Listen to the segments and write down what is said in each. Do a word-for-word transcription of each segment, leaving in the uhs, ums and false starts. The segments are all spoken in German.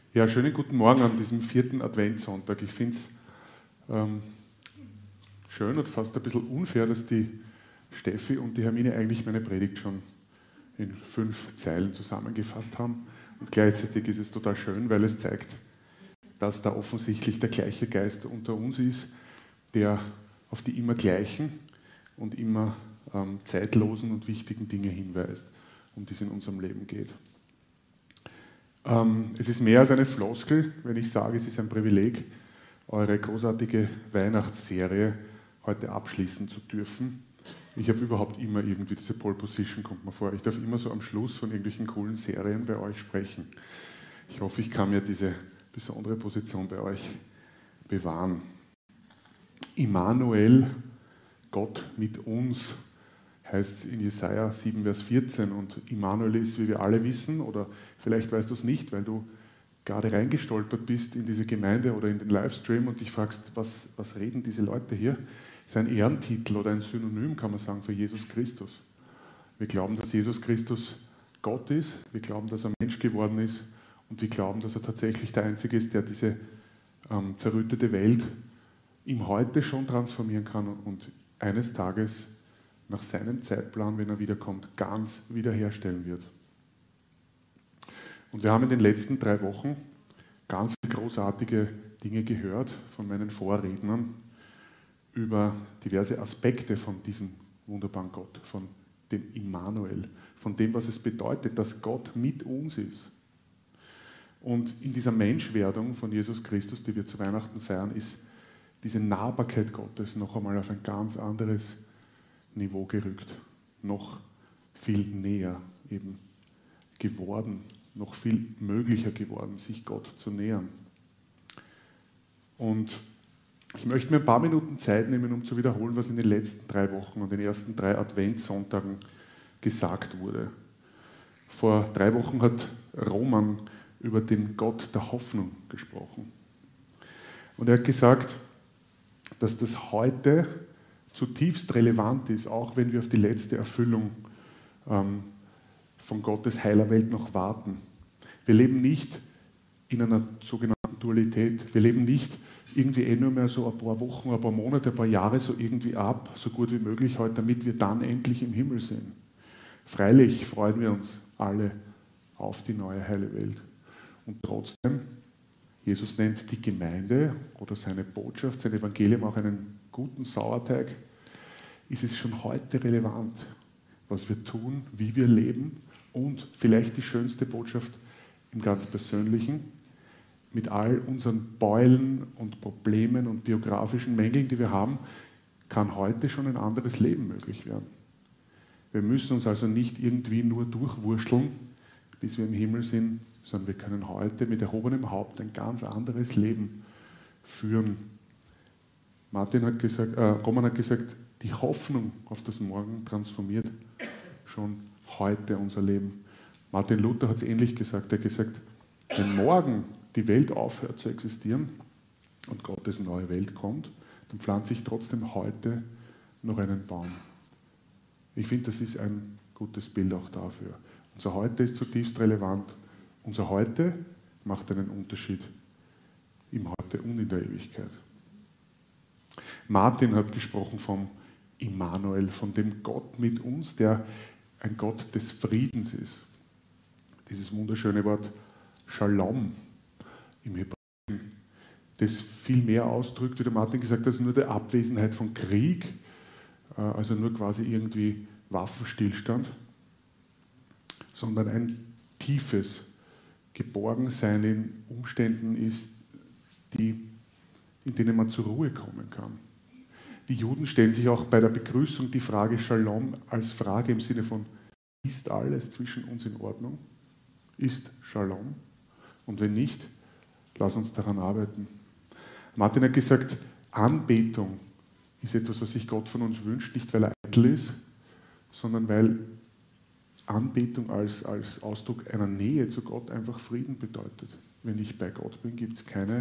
Ja, schönen guten Morgen an diesem vierten Adventssonntag. Ich finde es ähm, schön und fast ein bisschen unfair, dass die Steffi und die Hermine eigentlich meine Predigt schon in fünf Zeilen zusammengefasst haben. Und gleichzeitig ist es total schön, weil es zeigt, dass da offensichtlich der gleiche Geist unter uns ist, der auf die immer gleichen und immer ähm, zeitlosen und wichtigen Dinge hinweist, um die es in unserem Leben geht. Ähm, es ist mehr als eine Floskel, wenn ich sage, es ist ein Privileg, eure großartige Weihnachtsserie heute abschließen zu dürfen. Ich habe überhaupt immer irgendwie diese Pole Position, kommt mir vor. Ich darf immer so am Schluss von irgendwelchen coolen Serien bei euch sprechen. Ich hoffe, ich kann mir diese besondere Position bei euch bewahren. Immanuel, Gott mit uns, heißt es in Jesaja sieben, Vers vierzehn. Und Immanuel ist, wie wir alle wissen, oder vielleicht weißt du es nicht, weil du gerade reingestolpert bist in diese Gemeinde oder in den Livestream und dich fragst, was, was reden diese Leute hier? Das ist ein Ehrentitel oder ein Synonym, kann man sagen, für Jesus Christus. Wir glauben, dass Jesus Christus Gott ist, wir glauben, dass er Mensch geworden ist und wir glauben, dass er tatsächlich der Einzige ist, der diese ähm, zerrüttete Welt im Heute schon transformieren kann und eines Tages nach seinem Zeitplan, wenn er wiederkommt, ganz wiederherstellen wird. Und wir haben in den letzten drei Wochen ganz viele großartige Dinge gehört von meinen Vorrednern über diverse Aspekte von diesem wunderbaren Gott, von dem Immanuel, von dem, was es bedeutet, dass Gott mit uns ist. Und in dieser Menschwerdung von Jesus Christus, die wir zu Weihnachten feiern, ist diese Nahbarkeit Gottes noch einmal auf ein ganz anderes Niveau gerückt, noch viel näher eben geworden, noch viel möglicher geworden, sich Gott zu nähern. Und ich möchte mir ein paar Minuten Zeit nehmen, um zu wiederholen, was in den letzten drei Wochen und den ersten drei Adventssonntagen gesagt wurde. Vor drei Wochen hat Roman über den Gott der Hoffnung gesprochen. Und er hat gesagt, dass das heute zutiefst relevant ist, auch wenn wir auf die letzte Erfüllung ähm, von Gottes heiler Welt noch warten. Wir leben nicht in einer sogenannten Dualität. Wir leben nicht irgendwie eh nur mehr so ein paar Wochen, ein paar Monate, ein paar Jahre so irgendwie ab, so gut wie möglich heute, damit wir dann endlich im Himmel sind. Freilich freuen wir uns alle auf die neue heile Welt. Und trotzdem, Jesus nennt die Gemeinde oder seine Botschaft, sein Evangelium auch einen guten Sauerteig, ist es schon heute relevant, was wir tun, wie wir leben und vielleicht die schönste Botschaft im ganz Persönlichen, mit all unseren Beulen und Problemen und biografischen Mängeln, die wir haben, kann heute schon ein anderes Leben möglich werden. Wir müssen uns also nicht irgendwie nur durchwurschteln, bis wir im Himmel sind, sondern wir können heute mit erhobenem Haupt ein ganz anderes Leben führen. Martin hat gesagt, äh, Roman hat gesagt, die Hoffnung auf das Morgen transformiert schon heute unser Leben. Martin Luther hat es ähnlich gesagt. Er hat gesagt, wenn morgen die Welt aufhört zu existieren und Gottes neue Welt kommt, dann pflanze ich trotzdem heute noch einen Baum. Ich finde, das ist ein gutes Bild auch dafür. Unser Heute ist zutiefst relevant. Unser Heute macht einen Unterschied im Heute und in der Ewigkeit. Martin hat gesprochen vom Immanuel, von dem Gott mit uns, der ein Gott des Friedens ist. Dieses wunderschöne Wort Shalom im Hebräischen, das viel mehr ausdrückt, wie der Martin gesagt hat, als nur die Abwesenheit von Krieg, also nur quasi irgendwie Waffenstillstand, sondern ein tiefes Geborgensein in Umständen ist, die, in denen man zur Ruhe kommen kann. Die Juden stellen sich auch bei der Begrüßung die Frage Shalom als Frage im Sinne von, ist alles zwischen uns in Ordnung? Ist Shalom? Und wenn nicht, lass uns daran arbeiten. Martin hat gesagt, Anbetung ist etwas, was sich Gott von uns wünscht, nicht weil er eitel ist, sondern weil Anbetung als, als Ausdruck einer Nähe zu Gott einfach Frieden bedeutet. Wenn ich bei Gott bin, gibt es keine,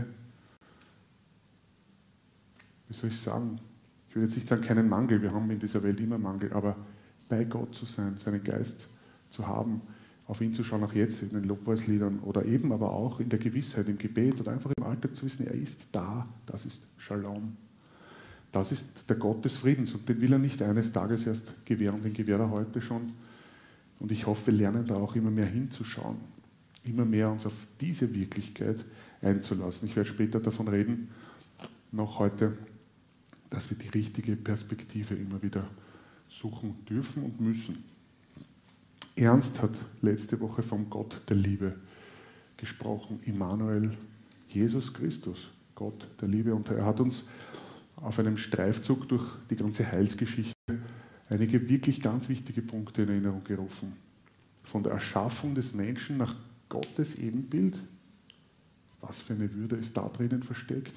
wie soll ich sagen, ich will jetzt nicht sagen keinen Mangel, wir haben in dieser Welt immer Mangel, aber bei Gott zu sein, seinen Geist zu haben, auf ihn zu schauen, auch jetzt in den Lobpreisliedern oder eben aber auch in der Gewissheit, im Gebet oder einfach im Alltag zu wissen, er ist da, das ist Shalom. Das ist der Gott des Friedens und den will er nicht eines Tages erst gewähren, den gewährt er heute schon. Und ich hoffe, wir lernen da auch immer mehr hinzuschauen, immer mehr uns auf diese Wirklichkeit einzulassen. Ich werde später davon reden, noch heute, dass wir die richtige Perspektive immer wieder suchen dürfen und müssen. Ernst hat letzte Woche vom Gott der Liebe gesprochen, Immanuel, Jesus Christus, Gott der Liebe. Und er hat uns auf einem Streifzug durch die ganze Heilsgeschichte einige wirklich ganz wichtige Punkte in Erinnerung gerufen. Von der Erschaffung des Menschen nach Gottes Ebenbild, was für eine Würde ist da drinnen versteckt,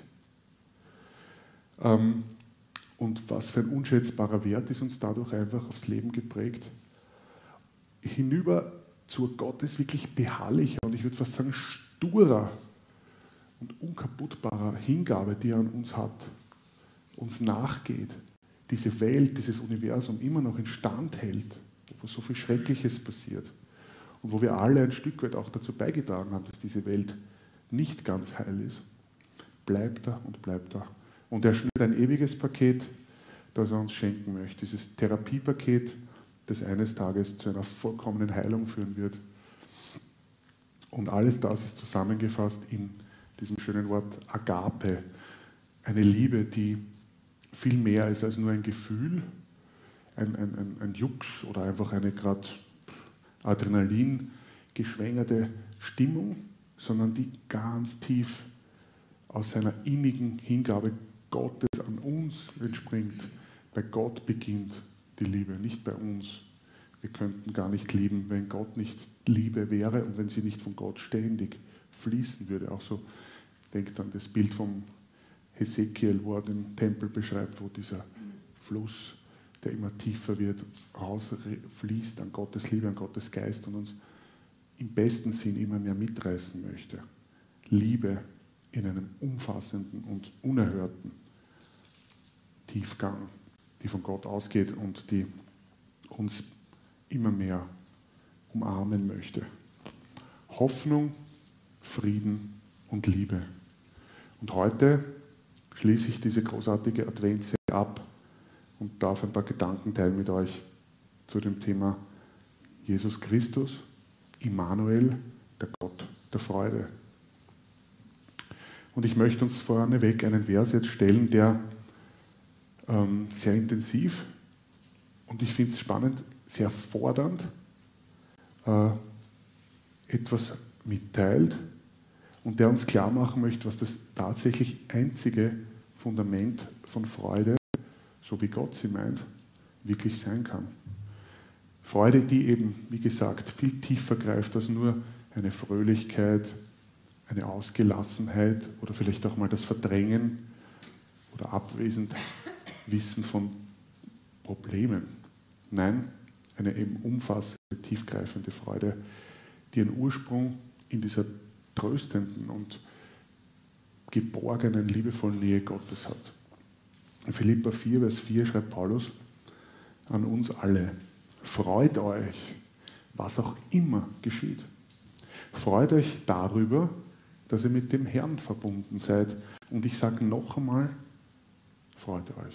ähm, und was für ein unschätzbarer Wert ist uns dadurch einfach aufs Leben geprägt, hinüber zur Gottes wirklich beharrlicher und ich würde fast sagen sturer und unkaputtbarer Hingabe, die er an uns hat, uns nachgeht, diese Welt, dieses Universum immer noch in Stand hält, wo so viel Schreckliches passiert und wo wir alle ein Stück weit auch dazu beigetragen haben, dass diese Welt nicht ganz heil ist, bleibt er und bleibt er. Und er schnürt ein ewiges Paket, das er uns schenken möchte, dieses Therapiepaket, das eines Tages zu einer vollkommenen Heilung führen wird. Und alles das ist zusammengefasst in diesem schönen Wort Agape, eine Liebe, die viel mehr ist als nur ein Gefühl, ein, ein, ein, ein Jux oder einfach eine gerade Adrenalin geschwängerte Stimmung, sondern die ganz tief aus seiner innigen Hingabe Gottes an uns entspringt. Bei Gott beginnt die Liebe, nicht bei uns. Wir könnten gar nicht lieben, wenn Gott nicht Liebe wäre und wenn sie nicht von Gott ständig fließen würde. Auch so, denkt an das Bild vom Hesekiel, wo er den Tempel beschreibt, wo dieser Fluss, der immer tiefer wird, rausfließt an Gottes Liebe, an Gottes Geist und uns im besten Sinn immer mehr mitreißen möchte. Liebe in einem umfassenden und unerhörten Tiefgang, die von Gott ausgeht und die uns immer mehr umarmen möchte. Hoffnung, Frieden und Liebe. Und heute schließe ich diese großartige Adventserie ab und darf ein paar Gedanken teilen mit euch zu dem Thema Jesus Christus, Immanuel, der Gott der Freude. Und ich möchte uns vorneweg einen Vers jetzt stellen, der ähm, sehr intensiv und ich finde es spannend, sehr fordernd äh, etwas mitteilt und der uns klar machen möchte, was das tatsächlich einzige Fundament von Freude, so wie Gott sie meint, wirklich sein kann. Freude, die eben, wie gesagt, viel tiefer greift als nur eine Fröhlichkeit, eine Ausgelassenheit oder vielleicht auch mal das Verdrängen oder abwesend Wissen von Problemen. Nein, eine eben umfassende, tiefgreifende Freude, die einen Ursprung in dieser tröstenden und geborgenen, liebevollen Nähe Gottes hat. In Philipper vier, Vers vier schreibt Paulus an uns alle: Freut euch, was auch immer geschieht. Freut euch darüber, dass ihr mit dem Herrn verbunden seid. Und ich sage noch einmal, freut euch.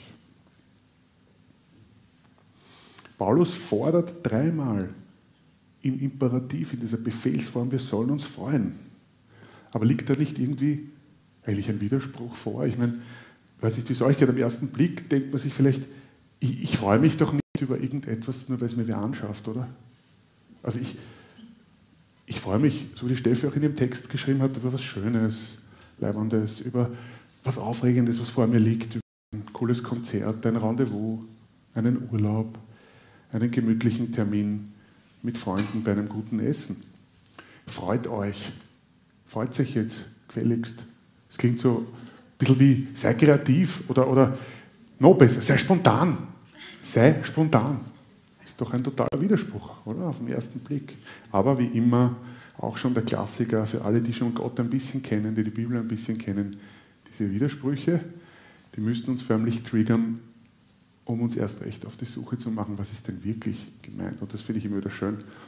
Paulus fordert dreimal im Imperativ, in dieser Befehlsform, wir sollen uns freuen. Aber liegt da nicht irgendwie eigentlich ein Widerspruch vor? Ich meine, weiß nicht, wie es euch geht, am ersten Blick denkt man sich vielleicht, ich, ich freue mich doch nicht über irgendetwas, nur weil es mir wer anschafft, oder? Also ich, ich freue mich, so wie die Steffi auch in ihrem Text geschrieben hat, über was Schönes, Leibendes, über was Aufregendes, was vor mir liegt, über ein cooles Konzert, ein Rendezvous, einen Urlaub, einen gemütlichen Termin mit Freunden bei einem guten Essen. Freut euch. Freut sich jetzt gefälligst. Es klingt so ein bisschen wie, sei kreativ oder, oder noch besser, sei spontan. Sei spontan. Ist doch ein totaler Widerspruch, oder? Auf den ersten Blick. Aber wie immer auch schon der Klassiker für alle, die schon Gott ein bisschen kennen, die die Bibel ein bisschen kennen, diese Widersprüche, die müssten uns förmlich triggern, um uns erst recht auf die Suche zu machen, was ist denn wirklich gemeint. Und das finde ich immer wieder schön,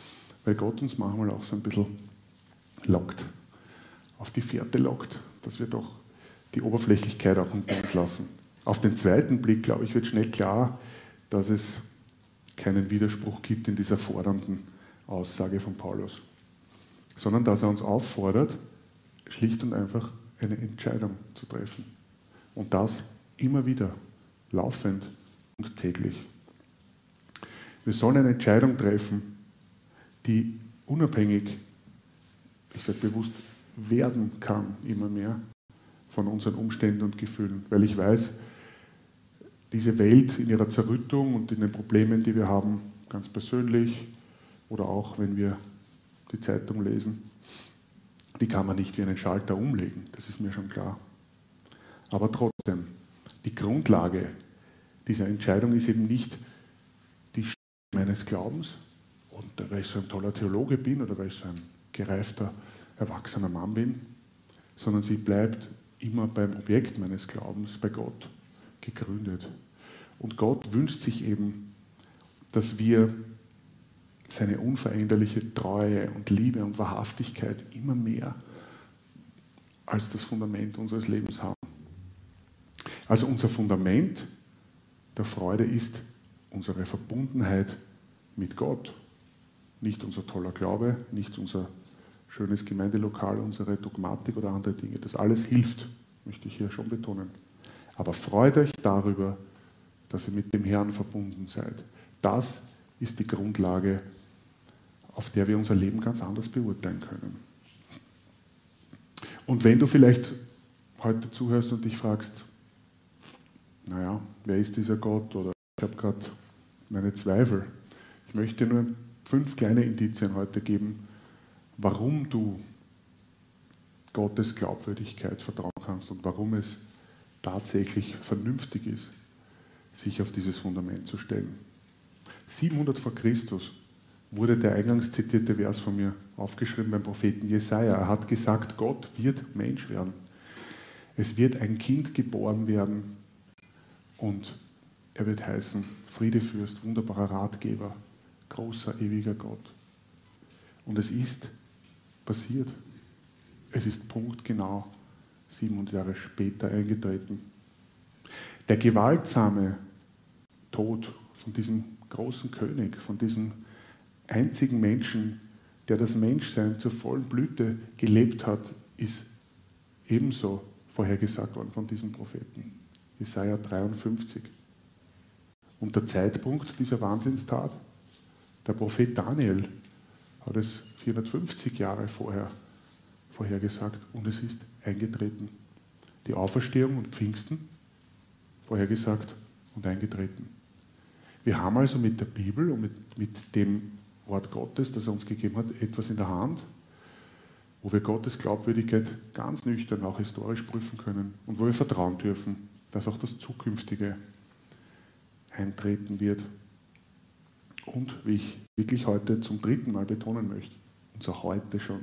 weil Gott uns manchmal auch so ein bisschen lockt, auf die Fährte lockt, dass wir doch die Oberflächlichkeit auch unter uns lassen. Auf den zweiten Blick, glaube ich, wird schnell klar, dass es keinen Widerspruch gibt in dieser fordernden Aussage von Paulus, sondern dass er uns auffordert, schlicht und einfach eine Entscheidung zu treffen. Und das immer wieder, laufend und täglich. Wir sollen eine Entscheidung treffen, die unabhängig, ich sage bewusst, werden kann, immer mehr von unseren Umständen und Gefühlen. Weil ich weiß, diese Welt in ihrer Zerrüttung und in den Problemen, die wir haben, ganz persönlich oder auch wenn wir die Zeitung lesen, die kann man nicht wie einen Schalter umlegen, das ist mir schon klar. Aber trotzdem, die Grundlage dieser Entscheidung ist eben nicht die Stimme meines Glaubens und weil ich so ein toller Theologe bin oder weil ich so ein gereifter, erwachsener Mann bin, sondern sie bleibt immer beim Objekt meines Glaubens, bei Gott, gegründet. Und Gott wünscht sich eben, dass wir seine unveränderliche Treue und Liebe und Wahrhaftigkeit immer mehr als das Fundament unseres Lebens haben. Also unser Fundament der Freude ist unsere Verbundenheit mit Gott. Nicht unser toller Glaube, nicht unser schönes Gemeindelokal, unsere Dogmatik oder andere Dinge. Das alles hilft, möchte ich hier schon betonen. Aber freut euch darüber, dass ihr mit dem Herrn verbunden seid. Das ist die Grundlage, auf der wir unser Leben ganz anders beurteilen können. Und wenn du vielleicht heute zuhörst und dich fragst, naja, wer ist dieser Gott? Oder ich habe gerade meine Zweifel. Ich möchte nur fünf kleine Indizien heute geben, warum du Gottes Glaubwürdigkeit vertrauen kannst und warum es tatsächlich vernünftig ist, sich auf dieses Fundament zu stellen. siebenhundert vor Christus wurde der eingangs zitierte Vers von mir aufgeschrieben beim Propheten Jesaja. Er hat gesagt, Gott wird Mensch werden. Es wird ein Kind geboren werden und er wird heißen Friedefürst, wunderbarer Ratgeber, großer, ewiger Gott. Und es ist passiert. Es ist punktgenau siebenhundert Jahre später eingetreten. Der gewaltsame Tod von diesem großen König, von diesem einzigen Menschen, der das Menschsein zur vollen Blüte gelebt hat, ist ebenso vorhergesagt worden von diesem Propheten. Jesaja dreiundfünfzig. Und der Zeitpunkt dieser Wahnsinnstat, der Prophet Daniel hat es vierhundertfünfzig Jahre vorher vorhergesagt und es ist eingetreten. Die Auferstehung und Pfingsten vorhergesagt und eingetreten. Wir haben also mit der Bibel und mit, mit dem Wort Gottes, das er uns gegeben hat, etwas in der Hand, wo wir Gottes Glaubwürdigkeit ganz nüchtern auch historisch prüfen können und wo wir vertrauen dürfen, dass auch das Zukünftige eintreten wird. Und wie ich wirklich heute zum dritten Mal betonen möchte, unser Heute schon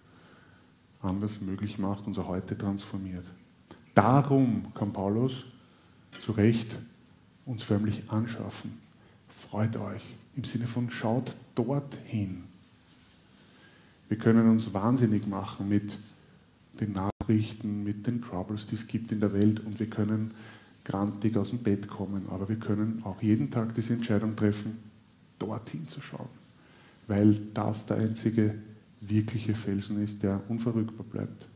anders möglich macht, unser Heute transformiert. Darum kann Paulus zu Recht uns förmlich anschaffen. Freut euch, im Sinne von schaut dorthin. Wir können uns wahnsinnig machen mit den Nachrichten, mit den Troubles, die es gibt in der Welt und wir können grantig aus dem Bett kommen, aber wir können auch jeden Tag diese Entscheidung treffen, dorthin zu schauen, weil das der einzige wirkliche Felsen ist, der unverrückbar bleibt.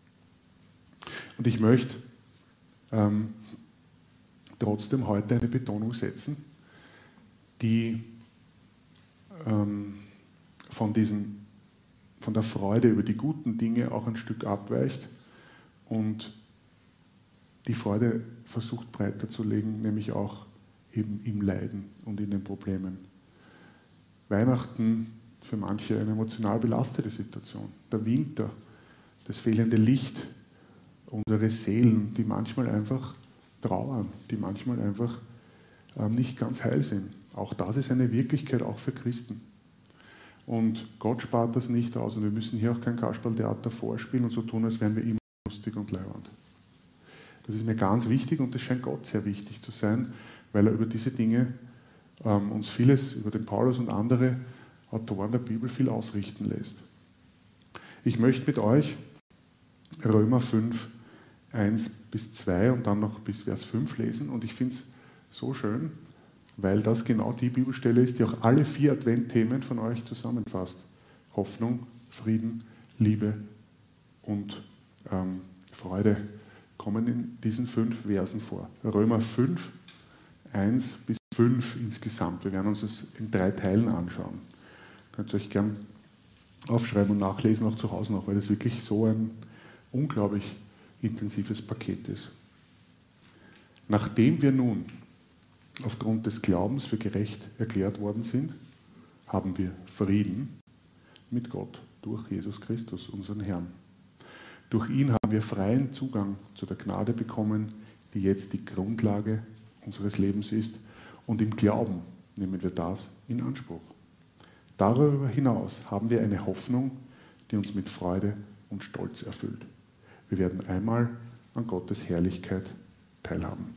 Und ich möchte ähm, trotzdem heute eine Betonung setzen, die ähm, von, diesem, von der Freude über die guten Dinge auch ein Stück abweicht und die Freude versucht breiter zu legen, nämlich auch eben im Leiden und in den Problemen. Weihnachten für manche eine emotional belastete Situation. Der Winter, das fehlende Licht, unsere Seelen, die manchmal einfach trauern, die manchmal einfach ähm, nicht ganz heil sind. Auch das ist eine Wirklichkeit, auch für Christen. Und Gott spart das nicht aus und wir müssen hier auch kein Kasperltheater vorspielen und so tun, als wären wir immer lustig und leiwand. Das ist mir ganz wichtig und das scheint Gott sehr wichtig zu sein, weil er über diese Dinge ähm, uns vieles, über den Paulus und andere, Autoren der Bibel viel ausrichten lässt. Ich möchte mit euch Römer fünf, eins bis zwei und dann noch bis Vers fünf lesen. Und ich finde es so schön, weil das genau die Bibelstelle ist, die auch alle vier Adventthemen von euch zusammenfasst. Hoffnung, Frieden, Liebe und ähm, Freude kommen in diesen fünf Versen vor. Römer fünf, eins bis fünf insgesamt. Wir werden uns das in drei Teilen anschauen. Könnt ihr euch gern aufschreiben und nachlesen, auch zu Hause noch, weil das wirklich so ein unglaublich intensives Paket ist. Nachdem wir nun aufgrund des Glaubens für gerecht erklärt worden sind, haben wir Frieden mit Gott durch Jesus Christus, unseren Herrn. Durch ihn haben wir freien Zugang zu der Gnade bekommen, die jetzt die Grundlage unseres Lebens ist, und im Glauben nehmen wir das in Anspruch. Darüber hinaus haben wir eine Hoffnung, die uns mit Freude und Stolz erfüllt. Wir werden einmal an Gottes Herrlichkeit teilhaben.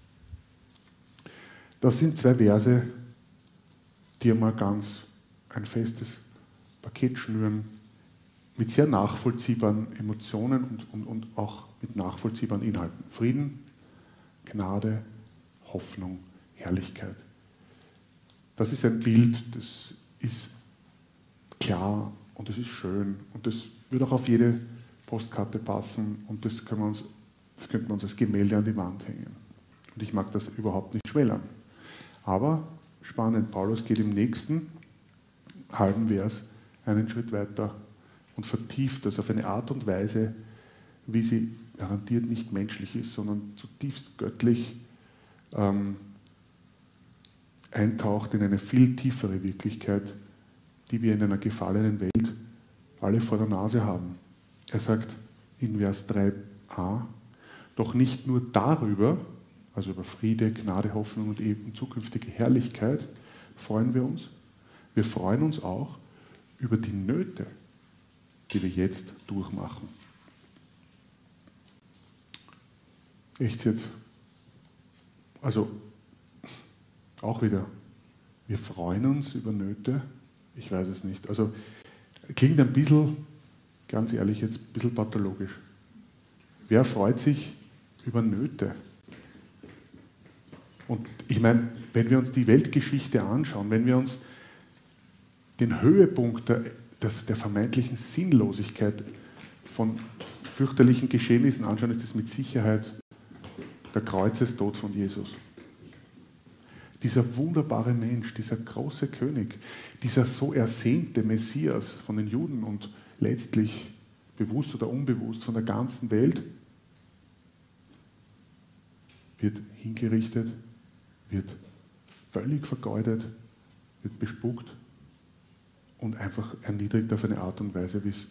Das sind zwei Verse, die einmal ganz ein festes Paket schnüren, mit sehr nachvollziehbaren Emotionen und, und, und auch mit nachvollziehbaren Inhalten. Frieden, Gnade, Hoffnung, Herrlichkeit. Das ist ein Bild, das ist klar und das ist schön und das wird auch auf jede Postkarte passen und das, können wir uns, das könnten wir uns als Gemälde an die Wand hängen. Und ich mag das überhaupt nicht schmälern. Aber spannend, Paulus geht im nächsten halben Vers einen Schritt weiter und vertieft das auf eine Art und Weise, wie sie garantiert nicht menschlich ist, sondern zutiefst göttlich ähm, eintaucht in eine viel tiefere Wirklichkeit, die wir in einer gefallenen Welt alle vor der Nase haben. Er sagt in Vers drei a, doch nicht nur darüber, also über Friede, Gnade, Hoffnung und eben zukünftige Herrlichkeit, freuen wir uns. Wir freuen uns auch über die Nöte, die wir jetzt durchmachen. Echt jetzt? Also, auch wieder, wir freuen uns über Nöte, ich weiß es nicht. Also, klingt ein bisschen, ganz ehrlich jetzt, ein bisschen pathologisch. Wer freut sich über Nöte? Und ich meine, wenn wir uns die Weltgeschichte anschauen, wenn wir uns den Höhepunkt der, des, der vermeintlichen Sinnlosigkeit von fürchterlichen Geschehnissen anschauen, ist es mit Sicherheit der Kreuzestod von Jesus. Dieser wunderbare Mensch, dieser große König, dieser so ersehnte Messias von den Juden und letztlich bewusst oder unbewusst von der ganzen Welt, wird hingerichtet, wird völlig vergeudet, wird bespuckt und einfach erniedrigt auf eine Art und Weise, wie,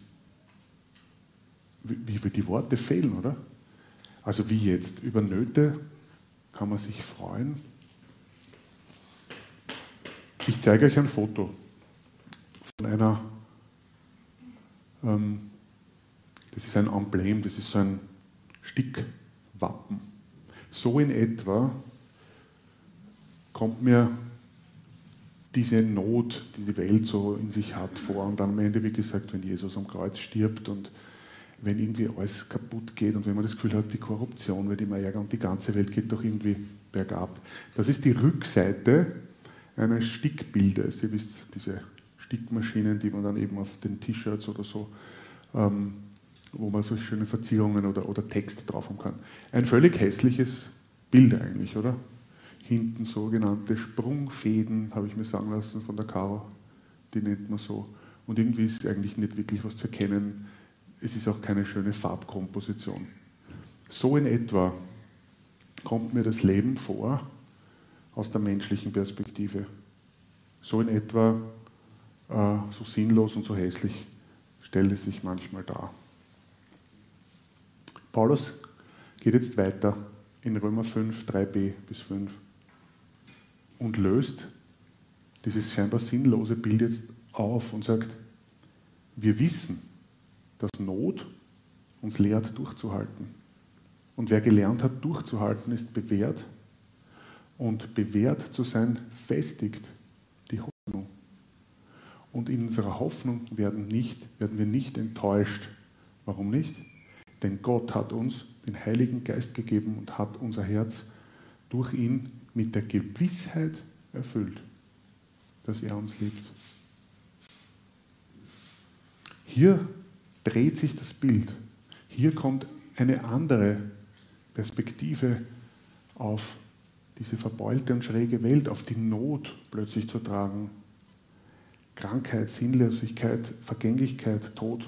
wie die Worte fehlen, oder? Also wie jetzt, über Nöte kann man sich freuen. Ich zeige euch ein Foto von einer, ähm, das ist ein Emblem, das ist so ein Stickwappen. So in etwa kommt mir diese Not, die die Welt so in sich hat, vor. Und dann am Ende, wie gesagt, wenn Jesus am Kreuz stirbt und wenn irgendwie alles kaputt geht und wenn man das Gefühl hat, die Korruption wird immer ärger und die ganze Welt geht doch irgendwie bergab. Das ist die Rückseite eines Stickbildes. Ihr wisst, diese Stickmaschinen, die man dann eben auf den T-Shirts oder so, ähm, wo man so schöne Verzierungen oder, oder Texte drauf haben kann. Ein völlig hässliches Bild eigentlich, oder? Hinten sogenannte Sprungfäden, habe ich mir sagen lassen von der Caro, die nennt man so. Und irgendwie ist eigentlich nicht wirklich was zu erkennen. Es ist auch keine schöne Farbkomposition. So in etwa kommt mir das Leben vor aus der menschlichen Perspektive. So in etwa, äh, so sinnlos und so hässlich stellt es sich manchmal dar. Paulus geht jetzt weiter in Römer fünf, drei b bis fünf und löst dieses scheinbar sinnlose Bild jetzt auf und sagt, wir wissen, dass Not uns lehrt, durchzuhalten. Und wer gelernt hat, durchzuhalten, ist bewährt. Und bewährt zu sein, festigt die Hoffnung. Und in unserer Hoffnung werden, nicht, werden wir nicht enttäuscht. Warum nicht? Denn Gott hat uns den Heiligen Geist gegeben und hat unser Herz durch ihn mit der Gewissheit erfüllt, dass er uns liebt. Hier dreht sich das Bild. Hier kommt eine andere Perspektive auf diese verbeulte und schräge Welt, auf die Not plötzlich zu tragen. Krankheit, Sinnlosigkeit, Vergänglichkeit, Tod.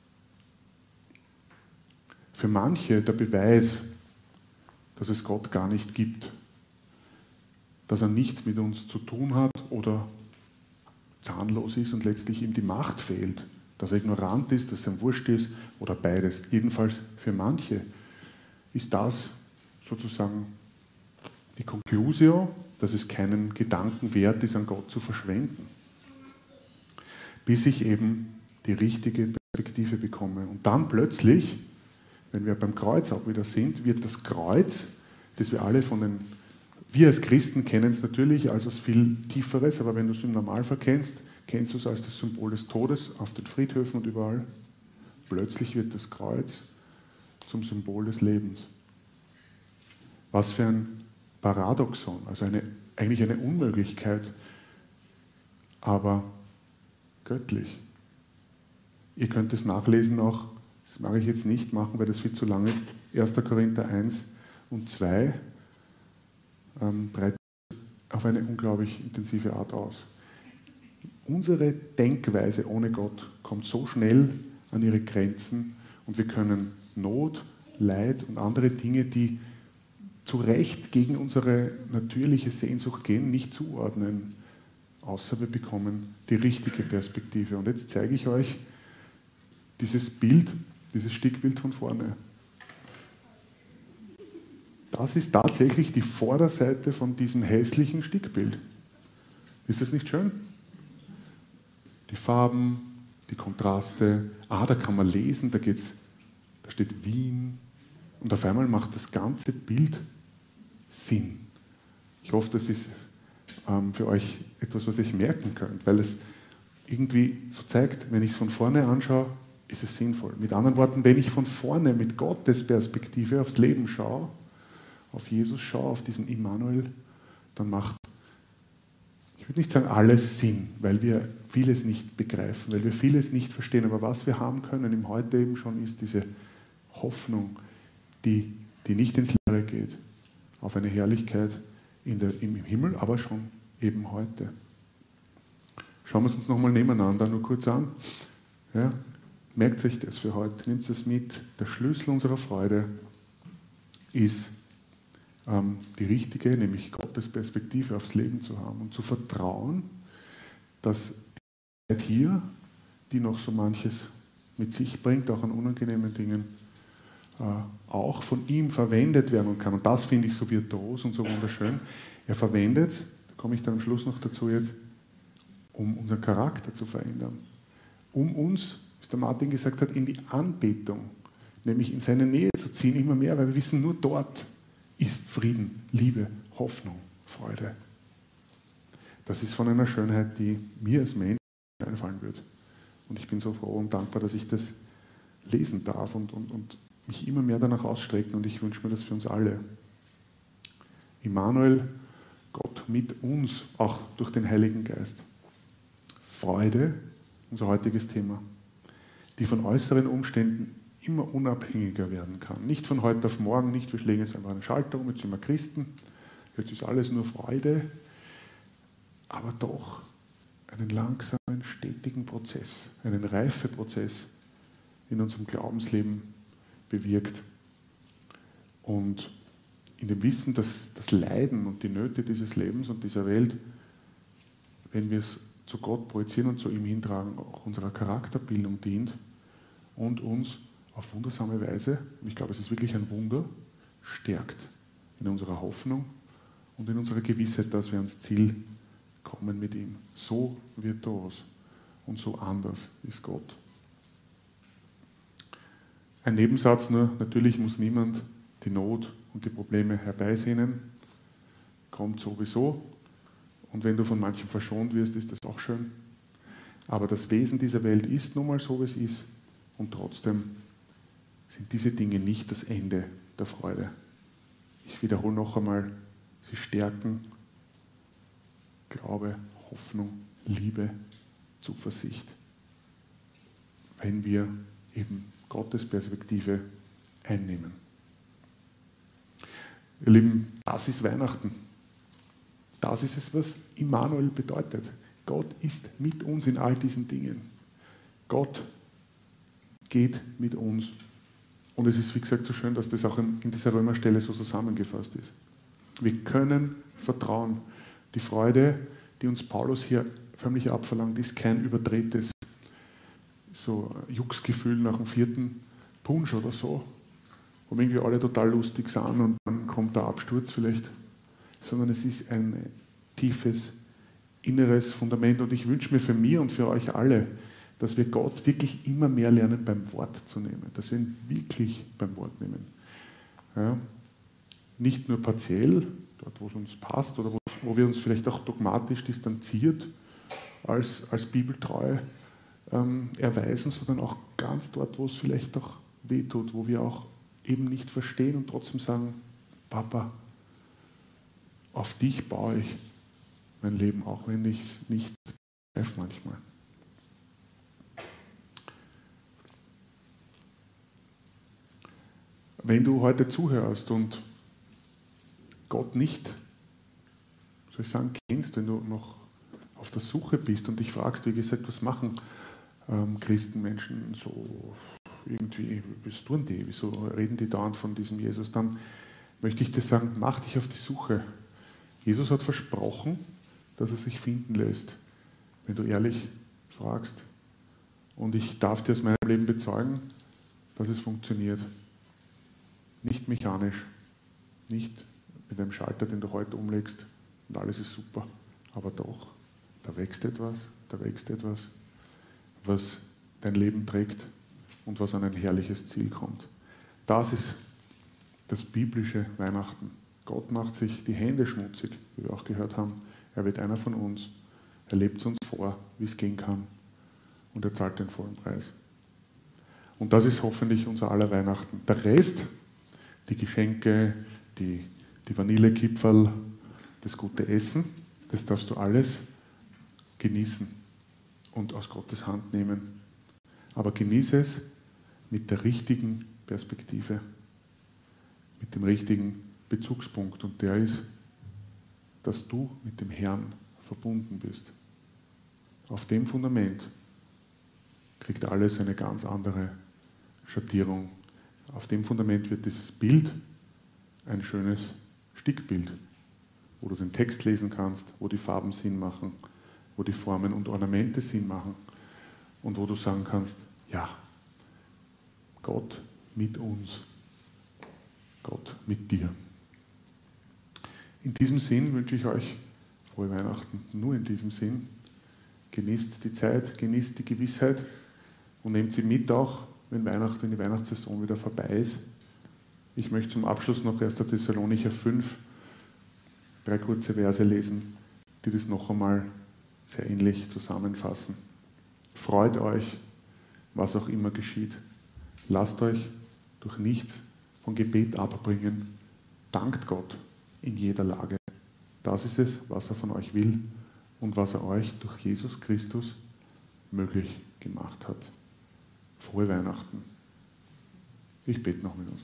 Für manche der Beweis, dass es Gott gar nicht gibt, dass er nichts mit uns zu tun hat oder zahnlos ist und letztlich ihm die Macht fehlt, dass er ignorant ist, dass er ihm wurscht ist oder beides. Jedenfalls für manche ist das sozusagen die Conclusio, dass es keinen Gedanken wert ist, an Gott zu verschwenden, bis ich eben die richtige Perspektive bekomme. Und dann plötzlich, wenn wir beim Kreuz auch wieder sind, wird das Kreuz, das wir alle von den, wir als Christen kennen es natürlich als etwas viel Tieferes, aber wenn du es im Normalfall kennst, kennst du es als das Symbol des Todes auf den Friedhöfen und überall. Plötzlich wird das Kreuz zum Symbol des Lebens. Was für ein Paradoxon, also eine, eigentlich eine Unmöglichkeit, aber göttlich. Ihr könnt es nachlesen auch, das mag ich jetzt nicht machen, weil das viel zu lange ist, erster Korinther eins und zwei ähm, breitet auf eine unglaublich intensive Art aus. Unsere Denkweise ohne Gott kommt so schnell an ihre Grenzen und wir können Not, Leid und andere Dinge, die zu Recht gegen unsere natürliche Sehnsucht gehen, nicht zuordnen, außer wir bekommen die richtige Perspektive. Und jetzt zeige ich euch dieses Bild, dieses Stickbild von vorne. Das ist tatsächlich die Vorderseite von diesem hässlichen Stickbild. Ist das nicht schön? Die Farben, die Kontraste. Ah, da kann man lesen, da geht's, da steht Wien. Und auf einmal macht das ganze Bild Sinn. Ich hoffe, das ist ähm, für euch etwas, was ihr merken könnt, weil es irgendwie so zeigt, wenn ich es von vorne anschaue, ist es sinnvoll. Mit anderen Worten, wenn ich von vorne mit Gottes Perspektive aufs Leben schaue, auf Jesus schaue, auf diesen Immanuel, dann macht, ich würde nicht sagen alles Sinn, weil wir vieles nicht begreifen, weil wir vieles nicht verstehen, aber was wir haben können im Heute eben schon ist diese Hoffnung, die, die nicht ins Leere geht, auf eine Herrlichkeit in der, im Himmel, aber schon eben heute. Schauen wir es uns nochmal nebeneinander nur kurz an. Ja, merkt euch das für heute, nehmt es mit. Der Schlüssel unserer Freude ist ähm, die richtige, nämlich Gottes Perspektive aufs Leben zu haben und zu vertrauen, dass die Zeit hier, die noch so manches mit sich bringt, auch an unangenehmen Dingen, auch von ihm verwendet werden kann. Und das finde ich so virtuos und so wunderschön. Er verwendet, da komme ich dann am Schluss noch dazu jetzt, um unseren Charakter zu verändern. Um uns, wie der Martin gesagt hat, in die Anbetung, nämlich in seine Nähe zu ziehen, immer mehr, weil wir wissen, nur dort ist Frieden, Liebe, Hoffnung, Freude. Das ist von einer Schönheit, die mir als Mensch einfallen wird. Und ich bin so froh und dankbar, dass ich das lesen darf und, und, und mich immer mehr danach ausstrecken und ich wünsche mir das für uns alle. Immanuel, Gott mit uns, auch durch den Heiligen Geist. Freude, unser heutiges Thema, die von äußeren Umständen immer unabhängiger werden kann. Nicht von heute auf morgen, nicht wir schlägen jetzt einfach einen Schalter um, jetzt sind wir Christen, jetzt ist alles nur Freude, aber doch einen langsamen, stetigen Prozess, einen Reifeprozess in unserem Glaubensleben bewirkt. Und in dem Wissen, dass das Leiden und die Nöte dieses Lebens und dieser Welt, wenn wir es zu Gott projizieren und zu ihm hintragen, auch unserer Charakterbildung dient und uns auf wundersame Weise, und ich glaube, es ist wirklich ein Wunder, stärkt in unserer Hoffnung und in unserer Gewissheit, dass wir ans Ziel kommen mit ihm. So virtuos und so anders ist Gott. Ein Nebensatz nur, natürlich muss niemand die Not und die Probleme herbeisehnen, kommt sowieso. Und wenn du von manchem verschont wirst, ist das auch schön. Aber das Wesen dieser Welt ist nun mal so, wie es ist. Und trotzdem sind diese Dinge nicht das Ende der Freude. Ich wiederhole noch einmal, sie stärken Glaube, Hoffnung, Liebe, Zuversicht, wenn wir eben Gottes Perspektive einnehmen. Ihr Lieben, das ist Weihnachten. Das ist es, was Immanuel bedeutet. Gott ist mit uns in all diesen Dingen. Gott geht mit uns. Und es ist, wie gesagt, so schön, dass das auch in dieser Römerstelle so zusammengefasst ist. Wir können vertrauen. Die Freude, die uns Paulus hier förmlich abverlangt, ist kein überdrehtes so Jucksgefühl nach dem vierten Punsch oder so, wo irgendwie alle total lustig sind und dann kommt der Absturz vielleicht, sondern es ist ein tiefes, inneres Fundament. Und ich wünsche mir für mich und für euch alle, dass wir Gott wirklich immer mehr lernen, beim Wort zu nehmen, dass wir ihn wirklich beim Wort nehmen. Ja? Nicht nur partiell, dort wo es uns passt oder wo, wo wir uns vielleicht auch dogmatisch distanziert als, als bibeltreu ähm, erweisen, sondern auch ganz dort, wo es vielleicht auch wehtut, wo wir auch eben nicht verstehen und trotzdem sagen, Papa, auf dich baue ich mein Leben, auch wenn ich es nicht begreife manchmal. Wenn du heute zuhörst und Gott nicht, soll ich sagen, kennst, wenn du noch auf der Suche bist und dich fragst, wie gesagt, was machen ähm, Christenmenschen so irgendwie, was tun die, wieso reden die dauernd von diesem Jesus, dann möchte ich dir sagen, mach dich auf die Suche. Jesus hat versprochen, dass er sich finden lässt, wenn du ehrlich fragst. Und ich darf dir aus meinem Leben bezeugen, dass es funktioniert. Nicht mechanisch, nicht mit einem Schalter, den du heute umlegst und alles ist super, aber doch, da wächst etwas, da wächst etwas, was dein Leben trägt und was an ein herrliches Ziel kommt. Das ist das biblische Weihnachten. Gott macht sich die Hände schmutzig, wie wir auch gehört haben. Er wird einer von uns. Er lebt uns vor, wie es gehen kann. Und er zahlt den vollen Preis. Und das ist hoffentlich unser aller Weihnachten. Der Rest, die Geschenke, die, die Vanillekipferl, das gute Essen, das darfst du alles genießen und aus Gottes Hand nehmen. Aber genieße es mit der richtigen Perspektive, mit dem richtigen Bezugspunkt. Und der ist, dass du mit dem Herrn verbunden bist. Auf dem Fundament kriegt alles eine ganz andere Schattierung. Auf dem Fundament wird dieses Bild ein schönes Stickbild, wo du den Text lesen kannst, wo die Farben Sinn machen, wo die Formen und Ornamente Sinn machen und wo du sagen kannst, ja, Gott mit uns, Gott mit dir. In diesem Sinn wünsche ich euch frohe Weihnachten, nur in diesem Sinn. Genießt die Zeit, genießt die Gewissheit und nehmt sie mit auch, wenn Weihnachten, wenn die Weihnachtssaison wieder vorbei ist. Ich möchte zum Abschluss noch erster Thessalonicher fünf, drei kurze Verse lesen, die das noch einmal sehr ähnlich zusammenfassen. Freut euch, was auch immer geschieht. Lasst euch durch nichts von Gebet abbringen. Dankt Gott in jeder Lage. Das ist es, was er von euch will und was er euch durch Jesus Christus möglich gemacht hat. Frohe Weihnachten. Ich bete noch mit uns.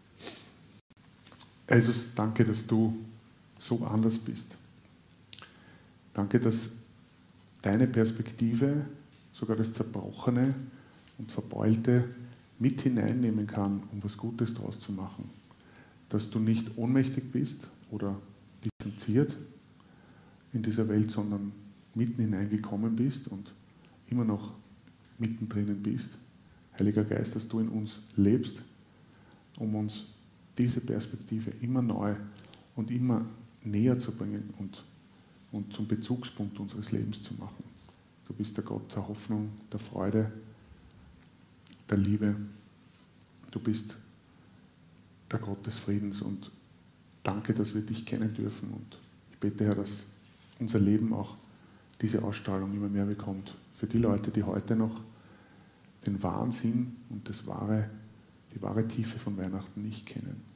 Jesus, danke, dass du so anders bist. Danke, dass deine Perspektive sogar das Zerbrochene und Verbeulte mit hineinnehmen kann, um was Gutes daraus zu machen. Dass du nicht ohnmächtig bist oder distanziert in dieser Welt, sondern mitten hineingekommen bist und immer noch mittendrin bist. Heiliger Geist, dass du in uns lebst, um uns diese Perspektive immer neu und immer näher zu bringen und, und zum Bezugspunkt unseres Lebens zu machen. Du bist der Gott der Hoffnung, der Freude, der Liebe. Du bist der Gott des Friedens und danke, dass wir dich kennen dürfen. Und ich bete, Herr, dass unser Leben auch diese Ausstrahlung immer mehr bekommt für die Leute, die heute noch den wahren Sinn und das wahre, die wahre Tiefe von Weihnachten nicht kennen.